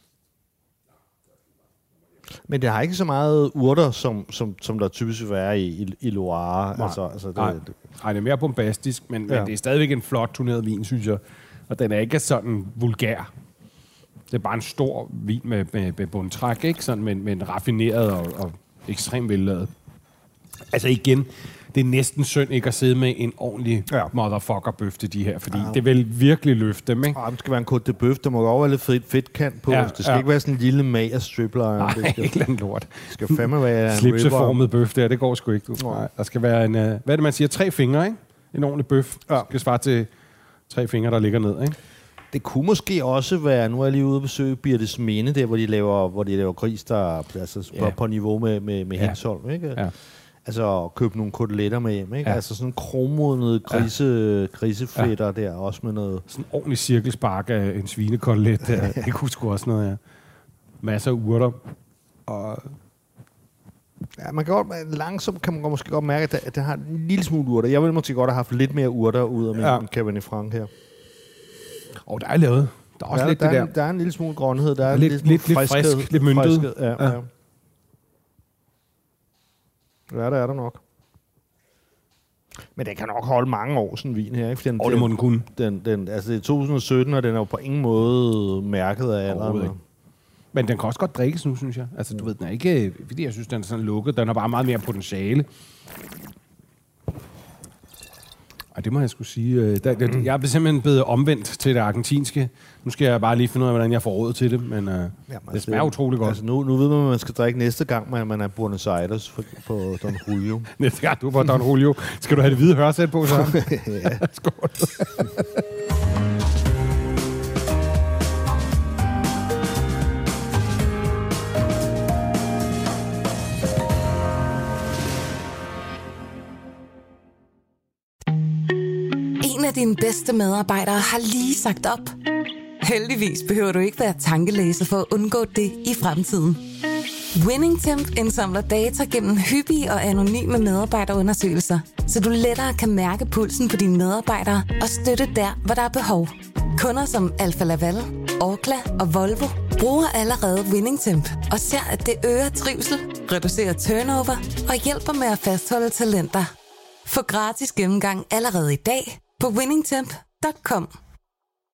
Men det har ikke så meget urter, som, som, som der typisk vil være i, i, i Loire. Nej. Altså, altså det, Nej. det. Nej, det er mere bombastisk, men, ja. men det er stadigvæk en flot turneret vin, synes jeg. Og den er ikke sådan vulgær. Det er bare en stor vin med, med, med bundtræk, ikke? Sådan, men, men raffineret og, og ekstremt velladet. Altså igen, det er næsten synd ikke at sidde med en ordentlig ja. motherfucker-bøf til de her, fordi ja. det vil virkelig løfte dem, ikke? Ja, det skal være en côte de bœuf, der må jo også være lidt fedt fedtkant på. Ja, det skal ja. ikke være sådan en lille mager stripler. Nej, det skal, ikke andet lort. Det skal fandme være en slipseformet bøf der, det går sgu ikke. Du. Nej, der skal være en, uh, hvad er det, man siger, tre fingre, ikke? En ordentlig bøf. Ja. Skal svare til tre fingre, der ligger ned, ikke? Det kunne måske også være, nu er jeg lige ude at besøge Birtes Minde, der hvor de laver, hvor de laver gris, der altså, ja. på, på niveau med, med, med ja. Hensholm, ikke? Ja. Altså købe nogle koteletter med hjem, ikke? Ja. Altså sådan kromodnede grise, ja. grisefætter ja. der, også med noget... Sådan en ordentlig cirkelspark af en svinekotelet der. Det kunne sgu også noget, ja. Masser af urter. Og... Ja, man kan godt, langsomt kan man måske godt mærke, at det, at det har en lille smule urter. Jeg ville måske godt have haft lidt mere urter ud af min ja. Cabernet Franc her. Og der er lavet. Der er også ja, lidt der det er, der. Der er en lille smule grønhed. Der er lidt, lidt, lidt, lidt friskhed, frisk, lidt myntet. Friskhed, ja, ja. ja. Ja, der er der nok. Men den kan nok holde mange år, sådan en vin her, ikke? Fordi den, Og det må den kunne. Den, den, altså det er to tusind og sytten, og den er jo på ingen måde mærket af alderen. Men den kan også godt drikkes nu, synes jeg. Altså, du ved, den er ikke... Fordi jeg synes, den er sådan lukket. Den har bare meget mere potentiale. Og det må jeg skulle sige. Der, der, jeg er simpelthen blevet omvendt til det argentinske. Nu skal jeg bare lige finde ud af, hvordan jeg får råd til det. Men uh, Jamen, det smager det, utrolig godt. Altså, nu, nu ved man, hvad man skal drikke næste gang, man, man er i Buenos Aires for, på Don Julio. Næste gang du er på Don Julio. Skal du have det hvide hørsæt på, så? Ja. Skål. En af dine bedste medarbejdere har lige sagt op. Heldigvis behøver du ikke være tankelæser for at undgå det i fremtiden. WinningTemp indsamler data gennem hyppige og anonyme medarbejderundersøgelser, så du lettere kan mærke pulsen på dine medarbejdere og støtte der, hvor der er behov. Kunder som Alfa Laval, Orkla og Volvo bruger allerede WinningTemp og ser, at det øger trivsel, reducerer turnover og hjælper med at fastholde talenter. Få gratis gennemgang allerede i dag på winningtemp punktum com.